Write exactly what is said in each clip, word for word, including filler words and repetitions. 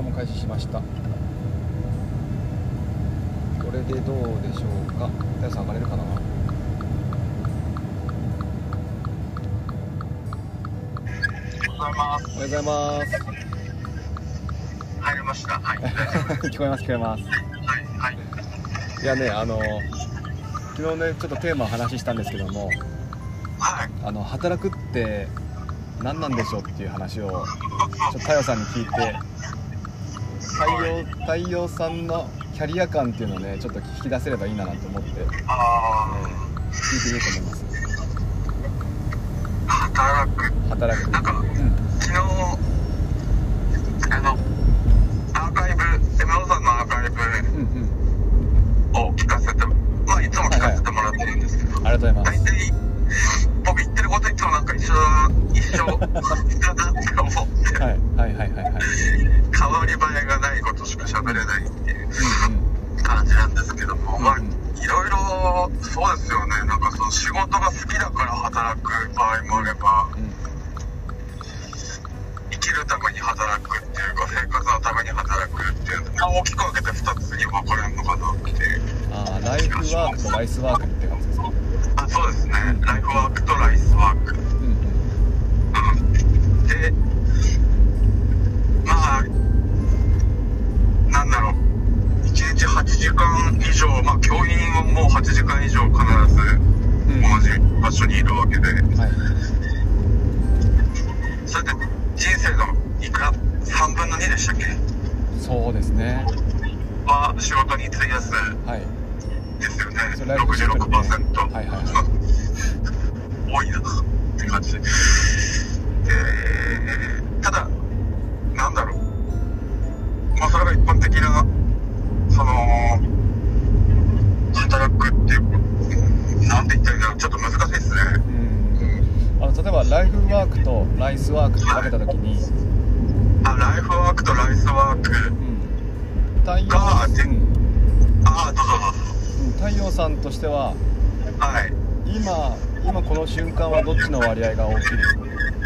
も開始しました。これでどうでしょうか。皆さん上がれるかな。 おはようございます。 おはようございます。 入りました。はい。 聞こえます聞こえます。 はいはい。 いやね、あの昨日ねちょっとテーマを話したんですけども、 はい。 あの働くって何なんでしょうっていう話をちょっと太陽さんに聞いて、太陽太陽さんのキャリア感っていうのをねちょっと聞き出せればいいなと思って、 あえー、聞いてみようと思います。 あ。働く。 働く。 なんか、 うん、 昨日あのアーカイブ、エムオーさんのアーカイブうんうんを聞かせて、まあいつも聞かせてもらってるんですけど、 ありがとうございます。 大体僕言ってることいつもなんか一緒一緒だなって思って、 はいはいはいはいはい。 変わり映えがないことしか喋れないっていううんうん感じなんですけども、まあうんうんいろいろそうですよね。なんかその仕事が好きだから働く場合もあれば、 うん生きるために働くっていうか生活のために働くっていう、まあ、大きく分けてふたつに分かれるのかなっていう。 ああ、ライフワークとライスワークって感じですか。 あ、そうですね。ライフワークとライスワーク。 うんうんうん。で、まあなんだろう、いちにちはちじかん以上、まあ教員はもうはちじかん以上必ず同じ場所にいるわけで、 うん、はい。 それで人生のいくらさんぶんのにでしたっけそうですね。 は仕事に費やすはい。 ですよね。 それろくじゅうろくパーセント。 はいはいはい。 多いなって感じで、ただなんだろう、まあそれが一般的なその働くっていうなんて言ったらいいんだろう、ちょっと難しいですね。 うん。あの例えばライフワークとライスワークって分けたときに、 あ、ライフワークとライスワーク、 うん、太陽、 が、 うん、 あ、どうぞどうぞ。 太陽さんとしては、 はい。 今今この瞬間はどっちの割合が大きいですか。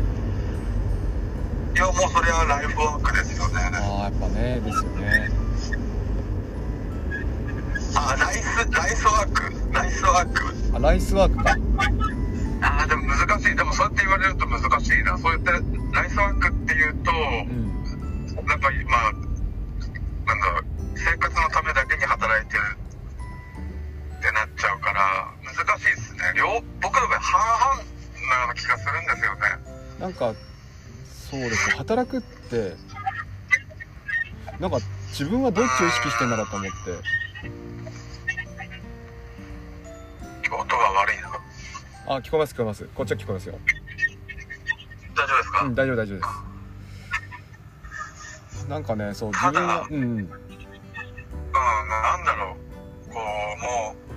いやもうそれはライフワークですよね。 ああ、やっぱね、ですよね。 あ、ライスライスワークライスワーク。 あ、ライスワークか。 あーでも難しい。でもそうやって言われると難しいな。そうやってライスワークっていうと、 うん、 なんかまあなんだろう、生活のためだけに働いてるってなっちゃうから難しいですね。両僕の場合半々のような気がするんですよね。 なんかそうですね。働くってなんか自分はどっちを意識してんだろうと思って。 音が悪いな。 あ、聞こえます聞こえます。こっちは聞こえますよ。 大丈夫ですか？ うん、大丈夫大丈夫です。なんかね、そう自分は、うん、うん、 うん、なんだろう、こうもう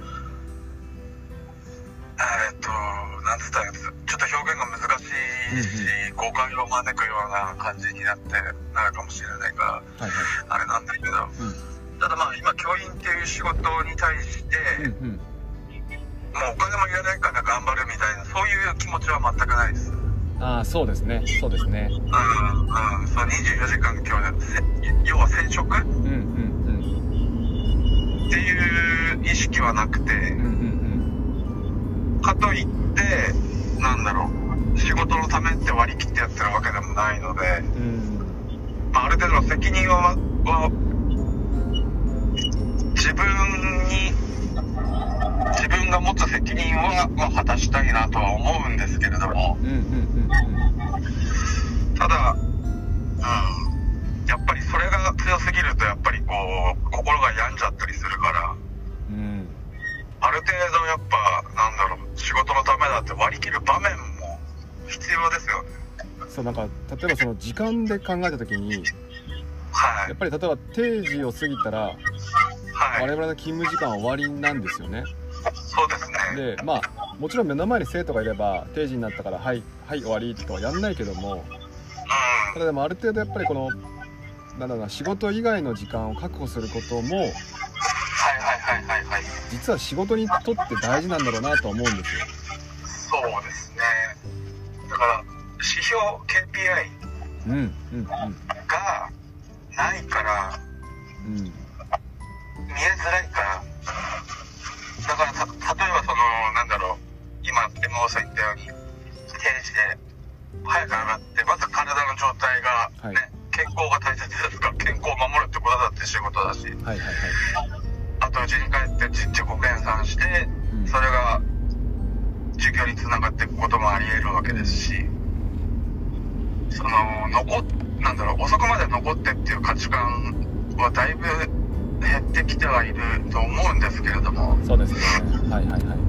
えー、っとなんつったらいいんです、ちょっと表現が難しいし、うんうん、誤解を招くような感じになってなるかもしれないから、はいはい、あれなんだけど、うん、ただまあ今教員っていう仕事に対して、うんうん、もうお金もいらないから頑張るみたいなそういう気持ちは全くないです。 ああ、そうですね、そうですね。うんうん、そうにじゅうよじかん教員、要は専職、うんうんうん、っていう意識はなくて、うんうんうん、かといってなんだろう、仕事のためって割り切ってやってるわけでもないので、うんまあ、ある程度の責任は、は自分に自分が持つ責任は、まあ、果たしたいなとは思うんですけれども、うんうんうんうん、ただ、うん、やっぱりそれが強すぎるとやっぱりこう心が病んじゃったりするから、うん、ある程度やっぱなんだろう、仕事のためだって割り切る場面も必要ですよね。 そう、なんか例えばその時間で考えた時に、 はい、 やっぱり例えば定時を過ぎたら、はい、我々の勤務時間は終わりなんですよね。 そうですね。で、まあもちろん目の前に生徒がいれば定時になったからはいはい終わりとはやんないけども、ただでもある程度やっぱりこのなんだろうな、仕事以外の時間を確保することも、はいはいはいはいはい、 実は仕事にとって大事なんだろうなと思うんですよ。 そうですね。だから指標 ケーピーアイうんうんうんがないから、 うん、 見えづらいから、だからた例えばそのなんだろう、今エムオーさん言ったように定時で早く上がって、まず体の状態がね、はい、健康が大切ですから、健康を守るってことだって仕事だし、 はいはいはい、 あと家に帰って自己研鑽して、うん、それが授業につながっていくこともあり得るわけですし、その残なんだろう、遅くまで残ってっていう価値観はだいぶ減ってきてはいると思うんですけれども、 そうですね、はいはいはい、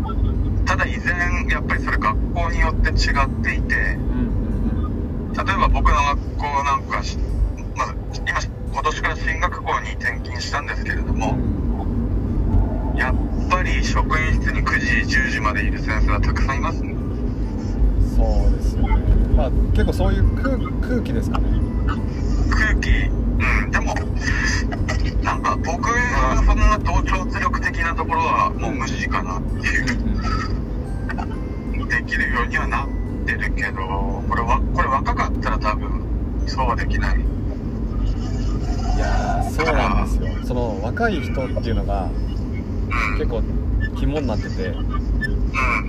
ただ依然やっぱりそれ学校によって違っていて、うんうんうん、例えば僕の学校なんか、まあ、今今年から進学校に転勤したんですけれども、やっぱり職員室にくじじゅうじまでいる先生はたくさんいますね。 そうですよね、まあ結構そういう 空, 空気ですかね。 空気、うん、でもなんか僕はそんな同調圧力的なところはもう無視かなっていう、うん、できるようにはなってるけど、これはこれ若かったら多分そうはできない。 いやー、そうなんですよ。その若い人っていうのが、うん、結構肝になってて、うん、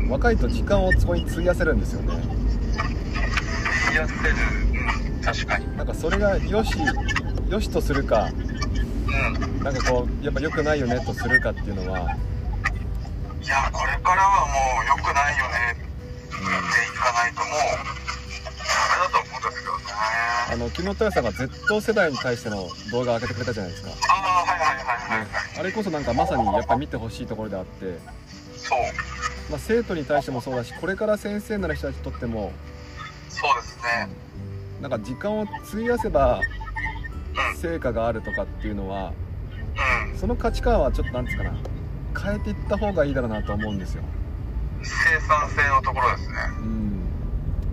若いと時間をそこに費やせるんですよね。 費やせる、うん、確かに。 なんかそれがよしよしとするか、うん、なんかこうやっぱ良くないよねとするかっていうのは、いやこれからはもう良くないよねっていかないともうダメだと思うんですけどね。 あの昨日豊さんが Z 世代に対しての動画を上げてくれたじゃないですか。 ああ、はいはいはいはい、はい、 あれこそなんかまさにやっぱり見てほしいところであって、 そう、 まあ、生徒に対してもそうだし、これから先生になる人たちにとってもそうですね、 なんか時間を費やせば成果があるとかっていうのは、うん、その価値観はちょっとなんですかな、変えていった方がいいだろうなと思うんですよ。 生産性のところですね。 うん、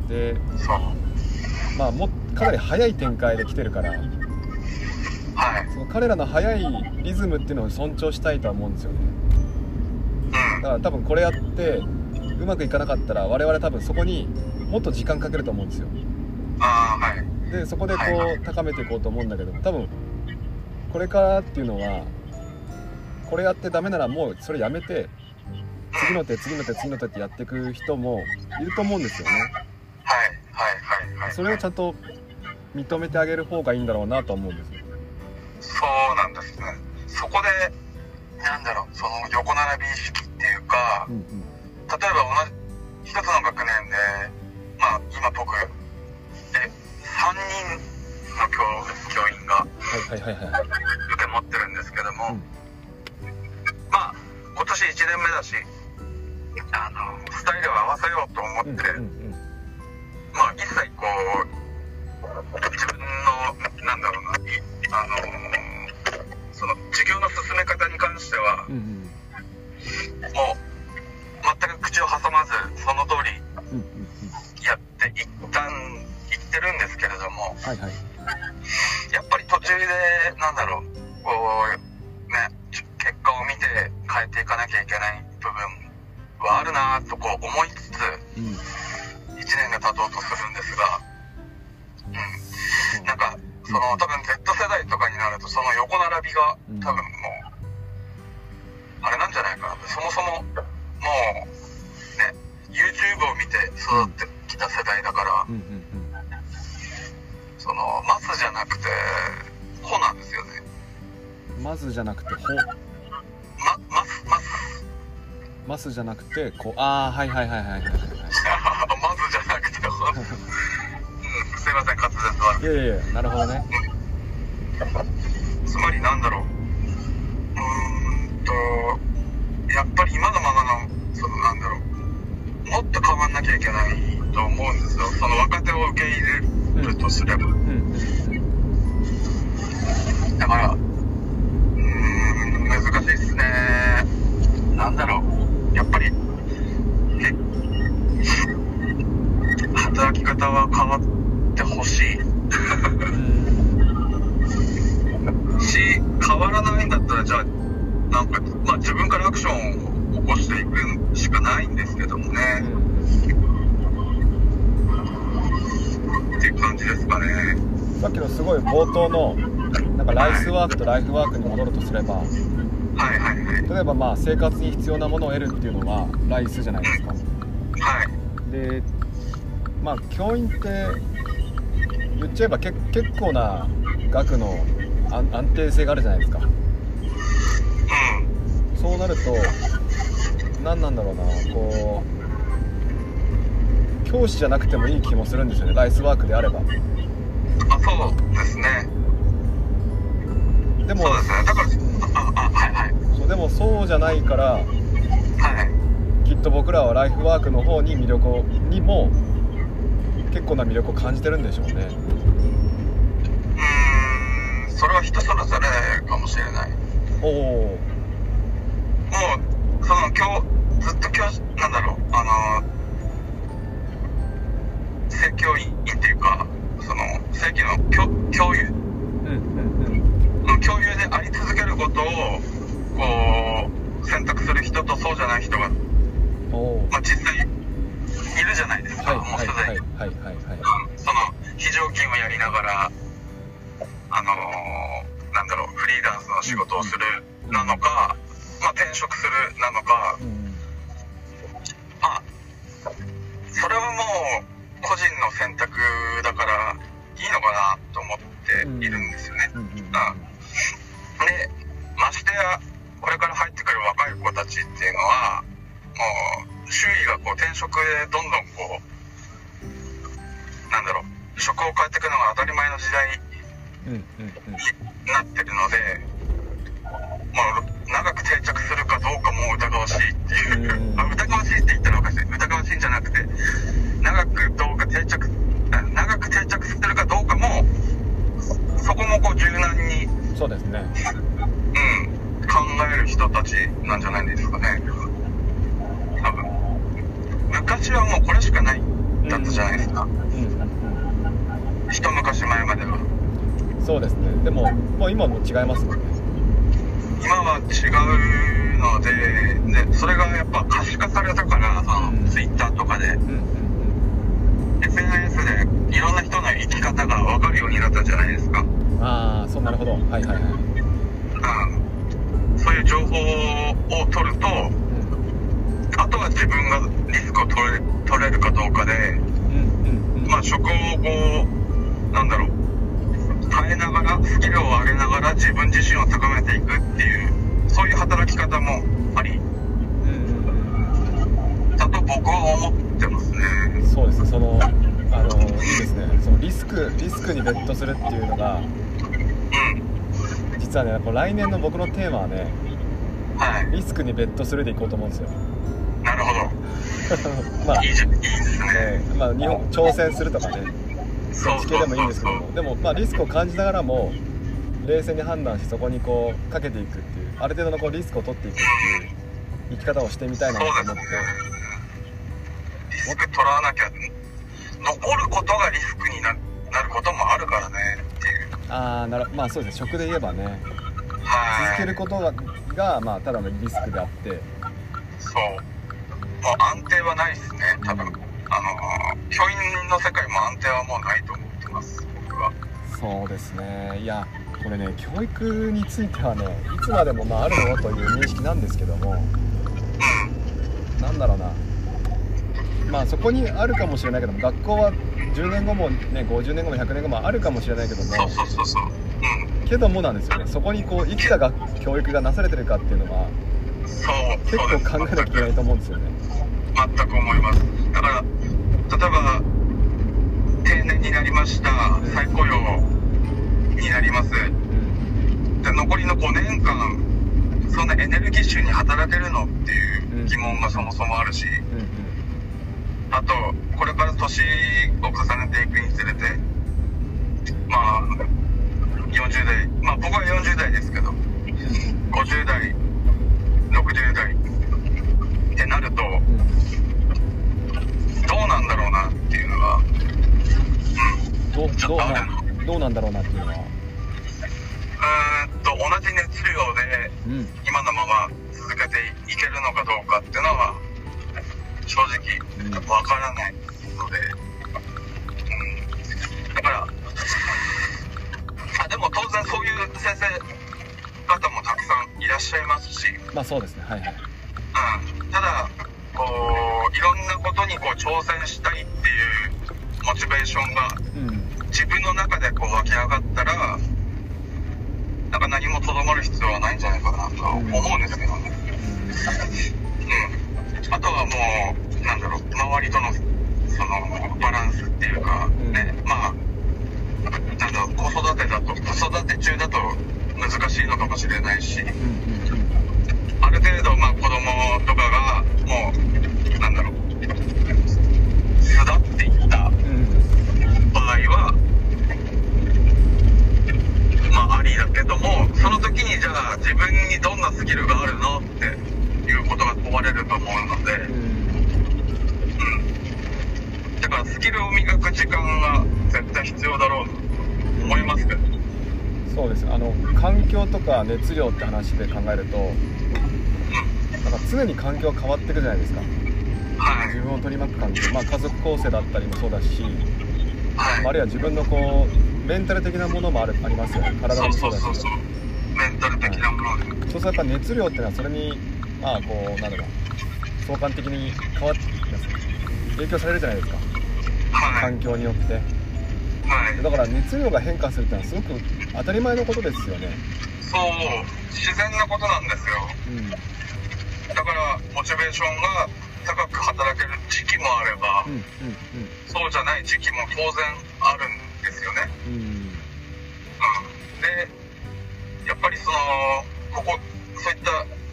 で、 そう、 まあもかなり早い展開で来てるから、はい、その彼らの早いリズムっていうのを尊重したいとは思うんですよね。うん、だから多分これやってうまくいかなかったら我々多分そこにもっと時間かけると思うんですよ。 ああ、はい。 でそこでこう高めていこうと思うんだけど、多分これからっていうのは、これやってダメならもうそれやめて次の手次の手次の手ってやっていく人もいると思うんですよね。 はいはいはいはい。 それをちゃんと認めてあげる方がいいんだろうなと思うんですよ。 そうなんですね。そこでなんだろう、その横並び意識っていうか、うんうん、例えば同じ一つの学年で、まあ今僕でさんにんの 教, 教員が受け持ってるんですけども、うん、まあ今年いちねんめだし、あのスタイルを合わせようと思って、うんうんうん、まあ一切こう自分のなんだろうな、あのその授業の進め方に関しては、うんうん、もう全く口を挟まずその通りやっていったん言ってるんですけれども、はいはい、やっぱり途中でなんだろう、こうね、結果を見て変えていかなきゃいけない部分はあるなとこう思いつつ、うん、いちねんが経とうとするんですが、うん、なんかその多分 Z 世代とかになるとその横並びが多分もうあれなんじゃないかなって、そもそももうね YouTube を見て育ってきた世代だから、うんうんうん、そのマスじゃなくてホなんですよね。 マスじゃなくてホ、 ま、マスマスマスじゃなくてこう、ああはいはいはいはいはいはいマスじゃなくてホうん、すいません滑舌は。 いやいやいや、なるほどね。 つまりなんだろう、うーんとやっぱり今のままのそのなんだろう、もっと変わんなきゃいけないと思うんですよ。その若手を受け入れるとすれば、うんうん、だからうーん難しいですね。なんだろう、やっぱり働き方は変わってほしいし、変わらないんだったらじゃあなんか、まあ、自分からアクションを起こしていくしかないんですけどもね、うん、っていう感じですかね。 さっきのすごい冒頭のなんかライスワークとライフワークに戻るとすれば、 はいはいはい、 例えばまあ生活に必要なものを得るっていうのはライスじゃないですか。 はい。 で、まあ教員って言っちゃえばけ結構な額の安安定性があるじゃないですか。 うん。 そうなると何なんだろうな、こう教師じゃなくてもいい気もするんですよね、ライスワークであれば。 あ、そうですね。 でもそうですね。だからああはいはい。 そうでもそうじゃないから、 はい。 きっと僕らはライフワークの方に魅力をにも結構な魅力を感じてるんでしょうね。 うーん、それは人それぞれかもしれない。 おお。 もうその今日ずっと教師なんだろう、あの正教員っていうか、その正規の教教諭、 うんうんうん、 教諭であり続けることをこう選択する人とそうじゃない人が、 お、 まあ、実際いるじゃないですか、 はい、 もうすでに、 はいはいはいはい、 その非常勤をやりながら、あのー、なんだろう、フリーランスの仕事をするなのか、まあ、転職するなのか、うん、まあそれはもう個人の選択だからいいのかなと思っているんですよね。うんうんうん、でましてやこれから入ってくる若い子たちっていうのはもう周囲がこう転職でどんどんこうなんだろう、職を変えていくのが当たり前の時代になってるので、まあ、長く定着するかどうかも疑わしいっていう、あ、疑わしいって言ったらおかしい、疑わしいんじゃなくて、長くどうか定着長く定着するかどうかもそこもこう柔軟に、 そうですね、 うん、考える人たちなんじゃないですかね。多分昔はもうこれしかないだったじゃないですか、うんうん、一昔前までは。そうですね。 でももう今も違いますもんね。 今は違うので、でそれがやっぱ可視化されたから、その、うん、ツイッターとかで、うんうん、エスエヌエス でいろんな人の生き方が分かるようになったんじゃないですか。 ああ、そう、なるほど。はいはいはい。 うん、そういう情報を取ると、うん、あとは自分がリスクを取れ、取れるかどうかで、うんうんうん、まあ職をこうなんだろう、変えながらスキルを上げながら自分自身を高めていくっていう、そういう働き方もあり、だと僕は思ってますね。 そうですね。そのあのいいですね。そのリスクリスクにベットするっていうのが、うん、実はね、こう来年の僕のテーマはね、はい、リスクにベットするでいこうと思うんですよ。 なるほど。 まあいいじゃん、いいですね。 えー、まあ日本挑戦するとかね。そっち系でもいいんですけども、でもまあリスクを感じながらも冷静に判断してそこにこうかけていくっていう、ある程度のこうリスクを取っていくっていう生き方をしてみたいなと思って。 リスク取らなきゃ残ることがリスクになることもあるからねっていう。 ああ、なる、まあそうですね。職で言えばね、はい、続けることががまあただのリスクであって、 そう、もう安定はないですね多分。あの教員の世界も安定はもうないと思ってます僕は。 そうですね。いやこれね、教育についてはね、いつまでもまああるものという認識なんですけども、うん、なんだろうな、まあそこにあるかもしれないけども、学校はじゅうねんごもね、ごじゅうねんごもひゃくねんごもあるかもしれないけども、 そうそうそうそう、 うん、けどもなんですよね、そこにこう生きたが教育がなされてるかっていうのは、 そう結構考えなきゃいけないと思うんですよね。 全く思います。だから例えば定年になりました、再雇用になります、うん、で残りのごねんかんそんなエネルギッシュに働けるのっていう疑問がそもそもあるし、うんうん、あとこれから年を重ねていくにつれて、まあよんじゅうだい、まあ僕はよんじゅうだいですけど、ごじゅうだいろくじゅうだいってなると、どうなんだろうなっていうのが、うん、 ど, ど, うなどうなんだろうなっていうのは、うーんと同じ熱量で今のまま続けていけるのかどうかっていうのは正直わからないので、うん、だからまあそうですね、はいはい。 うん、ただこういろんなことにこう挑戦したいっていうモチベーションが自分の中でこう湧き上がったら、なんか何もとどまる必要はないんじゃないかなと思うんですけどね。うん、あとはもうなんだろう、周りとのそのバランスっていうかね、うん、まあなんだろう、子育てだと子育て中だと難しいのかもしれないし、うんうん、ある程度まあ子供とかがもうなんだろう巣立っていった場合は、まあありだけども、その時にじゃあ自分にどんなスキルがあるのっていうことが問われると思うので、うん、だからスキルを磨く時間が絶対必要だろうと思いますけど。 そうです。あの環境とか熱量って話で考えると、うん、なんか常に環境は変わっていくじゃないですか。はい、自分を取り巻く環境、まあ、家族構成だったりもそうだし、はい、あるいは自分のこうメンタル的なものもあるありますよね。体もそうだし。そうそうそうそう、 メンタル的なもの、はい、 そうするとやっぱ熱量っていうのはそれにまあこうなんだろう、相関的に変わって影響されるじゃないですか、はい、環境によって、はい、だから熱量が変化するっていうのはすごく当たり前のことですよね。 そう、自然なことなんですよ、うん、だからモチベーションが高く働ける時期もあれば、うんうんうん、そうじゃない時期も当然あるんですよね、うんうん、でやっぱりそのここそういった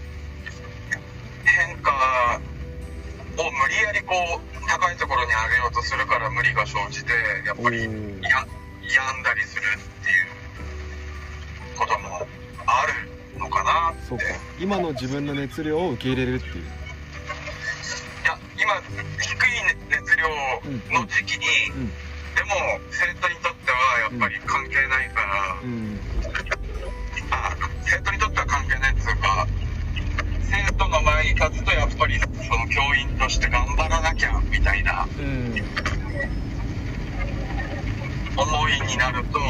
変化を無理やりこう高いところに上げようとするから無理が生じて、やっぱりや病んだりするっていうこともあるのかなって。 そうか、今の自分の熱量を受け入れるっていう。 いや、今低い熱量の時期に、うんうん、でも生徒にとってはやっぱり関係ないから、うんうん、あ、生徒にとっては関係ないっていうか、生徒の前に立つとやっぱりその教員として頑張らなきゃみたいな、うん、思いになると、うん、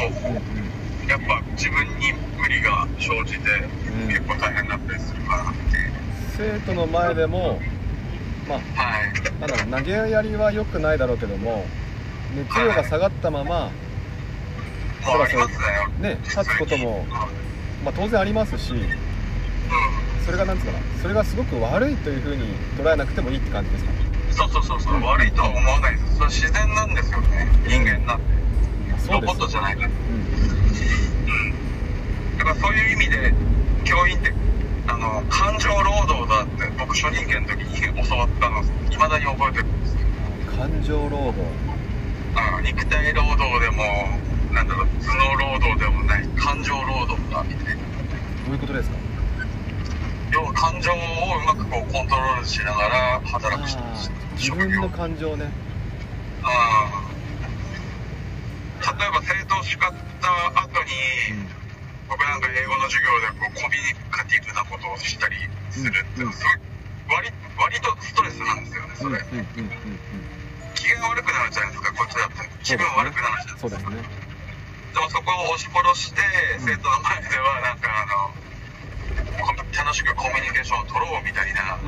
やっぱ自分に無理が生じて、うん、結構大変だったりするかなって。 生徒の前でもまあ、はい、なんだろう、投げやりは良くないだろうけども、熱量が下がったまま、はい、 そらそうね、立つことも、まあ、当然ありますし、うん、それがなんですかな、それがすごく悪いというふうに捉えなくてもいいって感じですか。 そうそうそうそう、うん、悪いとは思わないです。それ自然なんですよね、人間なんで。ロボットじゃないから、うんうん、だからそういう意味で教員ってあの感情労働だって僕初任研の時に教わったのいまだに覚えてるんですけど。 感情労働、 あの肉体労働でもなんだろう、頭脳労働でもない感情労働だみたいな。 どういうことですか。 要は感情をうまくこうコントロールしながら働く人、 自分の感情ね。 あ例えば生徒を叱った後に、うん、僕なんか英語の授業でこうコミュニカティブなことをしたりするって、うんうん、それ 割, 割とストレスなんですよね、それ、うんうんうんうん、機嫌悪くなるじゃないですか、こっちだって気分悪くなるじゃないですか。そうですね。でもそこを押し殺して、うん、生徒の前ではなんかあの楽しくコミュニケーションを取ろうみたいな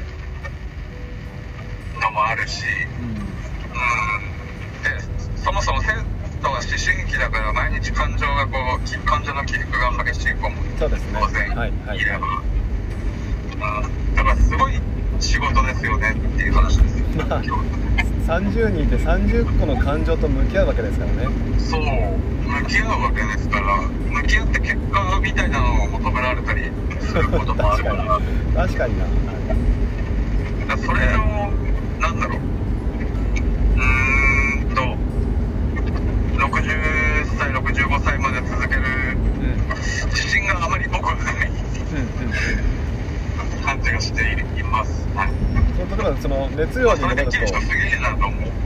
のもあるし、うんうん、でそもそも生徒は思春期だから毎日感情がこう感情の起伏が激しい子も当然いれば、うん、だからすごい仕事ですよねっていう話ですよ、まあ、 さんじゅうにんいてさんじゅっこの感情と向き合うわけですからね。 そう、向き合うわけですから、向き合って結果みたいなのを求められたりすることもあるから確かにな、 だそれをなんだろう、うーんとろくじゅっさいろくじゅうごさいまで続ける、うん、自信があまり僕はない、うんうん、感じがしています、はい、 そう例えばその熱量に戻ると、それできる人すげえなと思う、うん、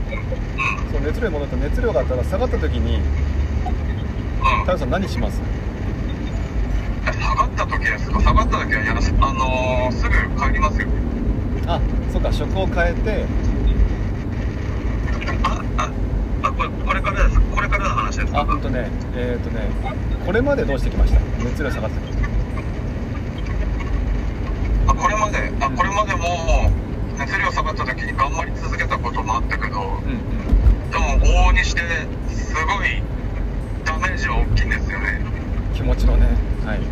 そう熱量に戻ると熱量があったら下がった時に太陽さん何します？ 下がった時ですか。下がった時はやらす、あのー、すぐ帰りますよ。 あ、そうか、職を変えて。 あ、あ、あ、これ、これからです。これからの話ですか。 あ、ほんとね、えーとね、これまでどうしてきました？熱量下がった時。 まであこれまでも熱量下がった時に頑張り続けたこともあったけど、うんうん、でも往々にしてすごいダメージは大きいんですよね、 気持ちのね。はい、うん、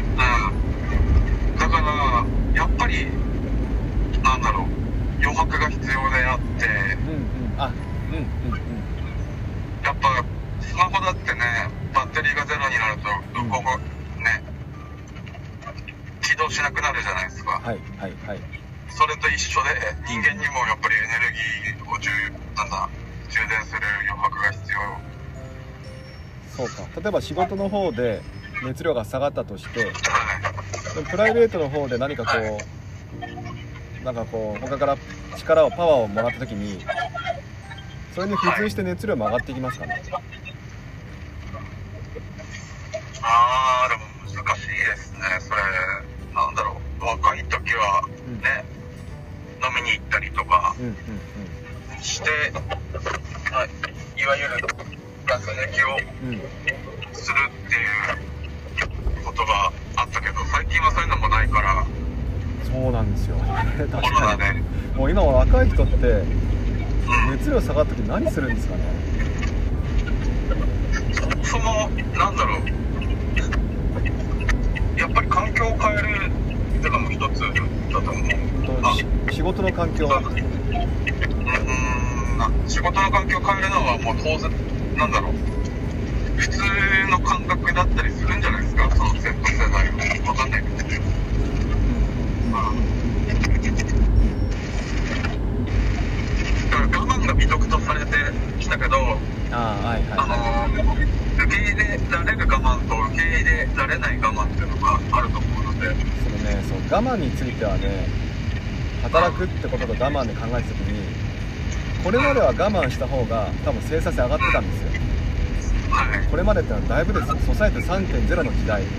だからやっぱりなんだろう余白が必要であって、うんうん、あ、うんうんうん、やっぱスマホだってねバッテリーがゼロになると動く、うん、ね起動しなくなるじゃないですか。 はいはいはい。 それと一緒で人間にもやっぱりエネルギーを充なんだ充電する余白が必要。そうか。例えば仕事の方で熱量が下がったとして、はい、プライベートの方で何かこう、はい、なんかこう他から力をパワーをもらった時にそれに付随して熱量も上がっていきますかね。はい、 あーでも難しいですねそれ。なんだろう若い時はね、うん、飲みに行ったりとかして、うんうんうん、はい、いわゆるガス抜きをするっていうことがあったけど最近はそういうのもないから。 そうなんですよ確かに、ね、もう今は若い人って熱量下がった時何するんですかね。 そのなんだろうやっぱり環境を変えるっていうのも一つだと思う。 仕事の環境はうーん仕事の環境を変えるのはもう当然なんだろう普通の感覚だったりするんじゃないですか。その Z 世代は分かんないけど、うん、だから我慢が美徳とされてきたけど、あ、はいはい、あの受け入れられる我慢と受け入れられない我慢っていうのがあると思うので、そのね、そう我慢についてはね働くってことと我慢で考えたときにこれまでは我慢した方が多分生産性上がってたんですよ、はい、これまでってのはだいぶですよ。ソサエティ さんてんゼロ の時代、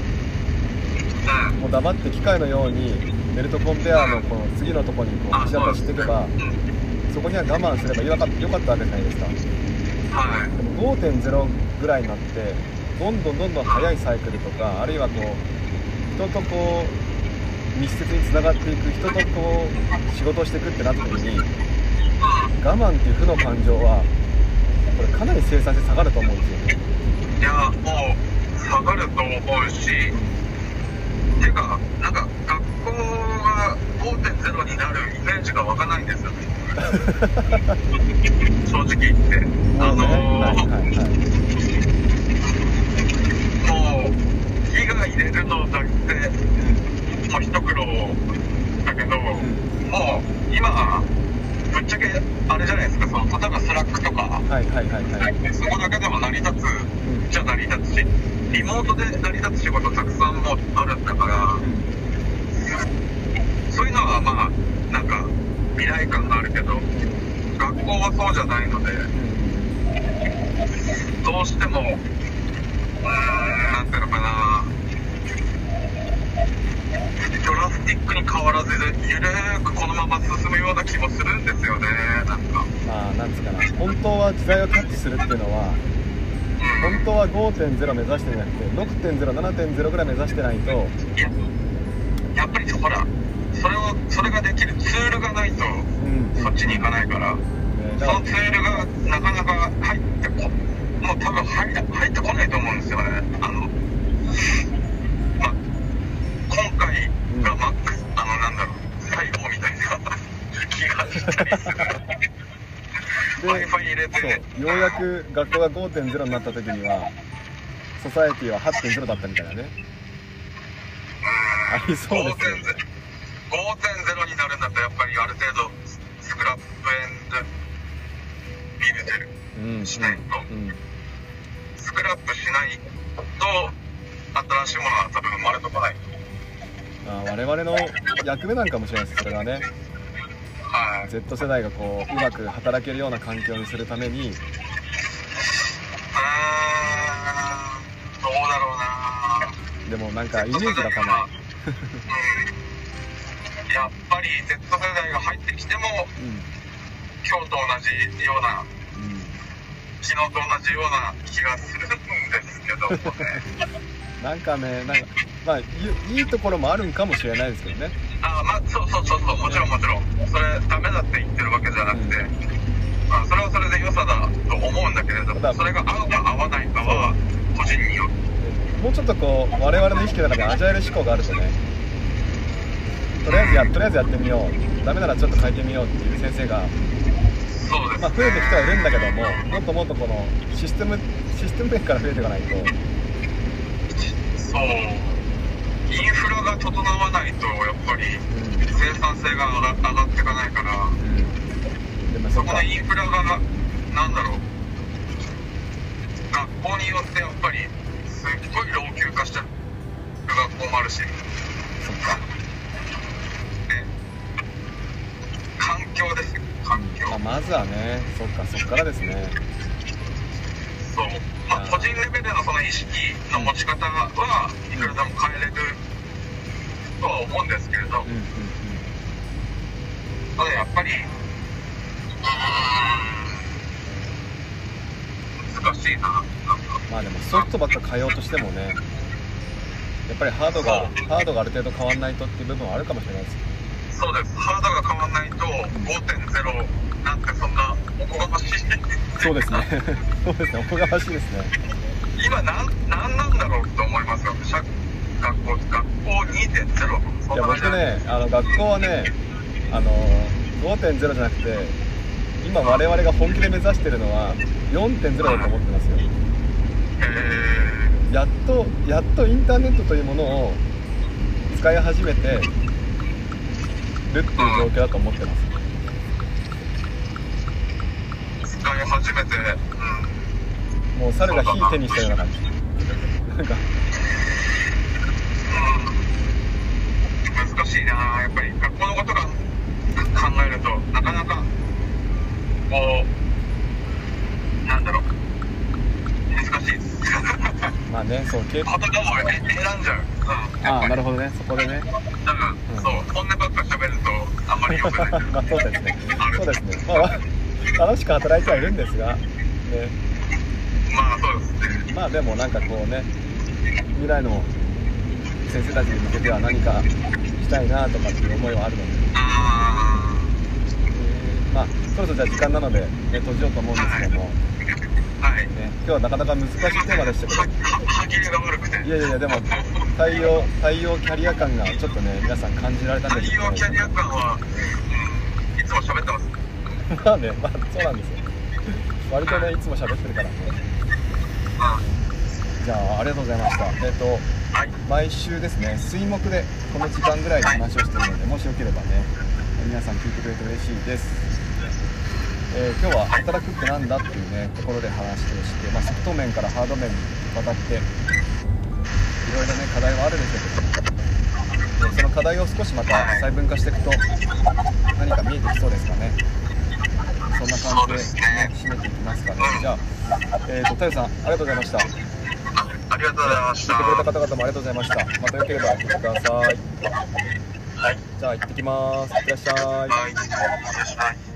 もう黙って機械のようにベルトコンベヤーのこの次のところにこう走り出していけばそこには我慢すればよかったわけじゃないですか。はい、でも ごてんゼロ ぐらいになってどんどんどんどん速いサイクルとかあるいはこう人とこう密接につながっていく人とこう仕事をしていくってなった時に我慢っていう負の感情はこれかなり生産性下がると思うんですよね。 いやもう下がると思うし、ていうかなんか学校が ごてんゼロ になるイメージが湧かないんですよね正直言ってあのーはいはいはい、もう火が入れるのだってもう一苦労だけど、うん、もう今ぶっちゃけあれじゃないですか。その例えばスラックとか、はいはいはいはい、そこだけでも成り立つ、うん、じゃ成り立つしリモートで成り立つ仕事たくさんもあるんだから、うん、そういうのはまあなんか未来感があるけど学校はそうじゃないので、うん、どうしてもうーんなんていうのかなドラスティックに変わらずゆるーくこのまま進むような気もするんですよね。なんかまあなんつうかな本当は時代をキャッチするっていうのは、うん、本当は ごてんゼロ 目指してるんじゃなくて ろくてんゼロ、ななてんゼロ ぐらい目指してないといややっぱりほらそれをそれができるツールがないと、うん、そっちに行かないから、うん、そのツールがなかなか入ってこもう多分入入ってこないと思うんですよね。あの、ま、今回がマックス、あのなんだろう最後みたいな気がしたりするWi-Fi 入れてそうようやく学校が ごてんゼロ になった時にはソサエティは はちてんゼロ だったみたいなね。ありそうですよ。 ごてんゼロ になるんだったらやっぱりある程度スクラップエンドビルデルしないと、うんうんうん、スクラップしないと新しいものは多分生まれてこない。 あ我々の役目なんかもしれないです。それはね、はい、Z 世代がこううまく働けるような環境にするためにうーんどうだろうな。 でもなんかイメージがかなやっぱり Z 世代が入ってきても、うん、今日と同じような、うん、昨日と同じような気がするんですけどねなんかねなんかまあいいところもあるんかもしれないですけどね。 あまあそうそうそうそう、もちろんもちろんそれダメだって言ってるわけじゃなくて、うん、まあ、それはそれで良さだと思うんだけれども、それが合うか合わないかは個人によってもうちょっとこう我々の意識の中でアジャイル思考があるとね、とりあえずやとりあえずやってみよう、ダメならちょっと変えてみようっていう先生が、 そうですね、 まあ、増えてきてはいるんだけども、もっともっとこのシステムシステム面から増えていかないと。 そう、インフラが整わないとやっぱり生産性が上が、上がっていかないから、うん、でもそこのインフラがなんだろう、学校によってやっぱりすっごい老朽化してる学校もあるし、 そっか、 で環境ですよ、環境、 まあ、まずはね、そっか、そっからですね。 そう、まあ、個人レベルのその意識の持ち方はいくらでも変えれるとは思うんですけれど、うんうんうん、ただやっぱり難しいな、なんかまあでもソフトばっか変えようとしてもね、やっぱりハードがハードがある程度変わんないとっていう部分はあるかもしれないです。 そうです、ハードが変わんないと ごてんゼロ なんてそんなおこがましいそうですねそうですね、おこがましいですね。 今なんなんなんだろうと思いますよ、学校学校 にてんゼロ。 いや僕ね、あの学校はね、あの ごてんゼロ じゃなくて、今我々が本気で目指してるのは よんてんゼロ だと思ってますよ。 へー、 やっとやっとインターネットというものを使い始めてるっていう状況だと思ってます。 使い始めて、 うん、もう猿が火手にしたような感じなんか、 うん、難しいな、やっぱり学校のことが考えるとなかなかこうなんだろう、難しいですまあね、そう、 言葉を選んじゃう、うん、 ああ、なるほどね、そこでね、 うん、そう、本音ばっか喋るとあんまり良くないまあそうですね、そうですね、まあ楽しく働いてはいるんですが、ね、 まあそうですね、 まあでもなんかこうね、未来の先生たちに向けては何かしたいなとかっていう思いはあるので、 あえー、まあそろそろじゃあ時間なので、ね、閉じようと思うんですけども、 はい、 ね、今日はなかなか難しいテーマでしたけど、 歯切れが悪くて、 いやいやいや、でも太陽太陽キャリア感がちょっとね、皆さん感じられたんですけど、 太陽キャリア感は、うん、いつも喋ってます。 まあね、まあそうなんですよ。割とね、いつも喋ってるからね。じゃあありがとうございました。えっと、 はい、 毎週ですね、水木でこの時間ぐらいで話をしているので、もしよければね、皆さん聞いてくれて嬉しいです。えー、今日は働くってなんだっていうねところで話をして、まあ、ソフト面からハード面にわたっていろいろね課題はあるんですけど、その課題を少しまた細分化していくと何か見えてきそうですかね。そんな感じで、ね、締めていきますかね。じゃあ、えーと、太陽さんありがとうございました。 ありがとうございました。 聞いてくれた方々もありがとうございました。またよければ来てください。 はい、 じゃあ行ってきます。いってらっしゃい。 はい、いってらっしゃい。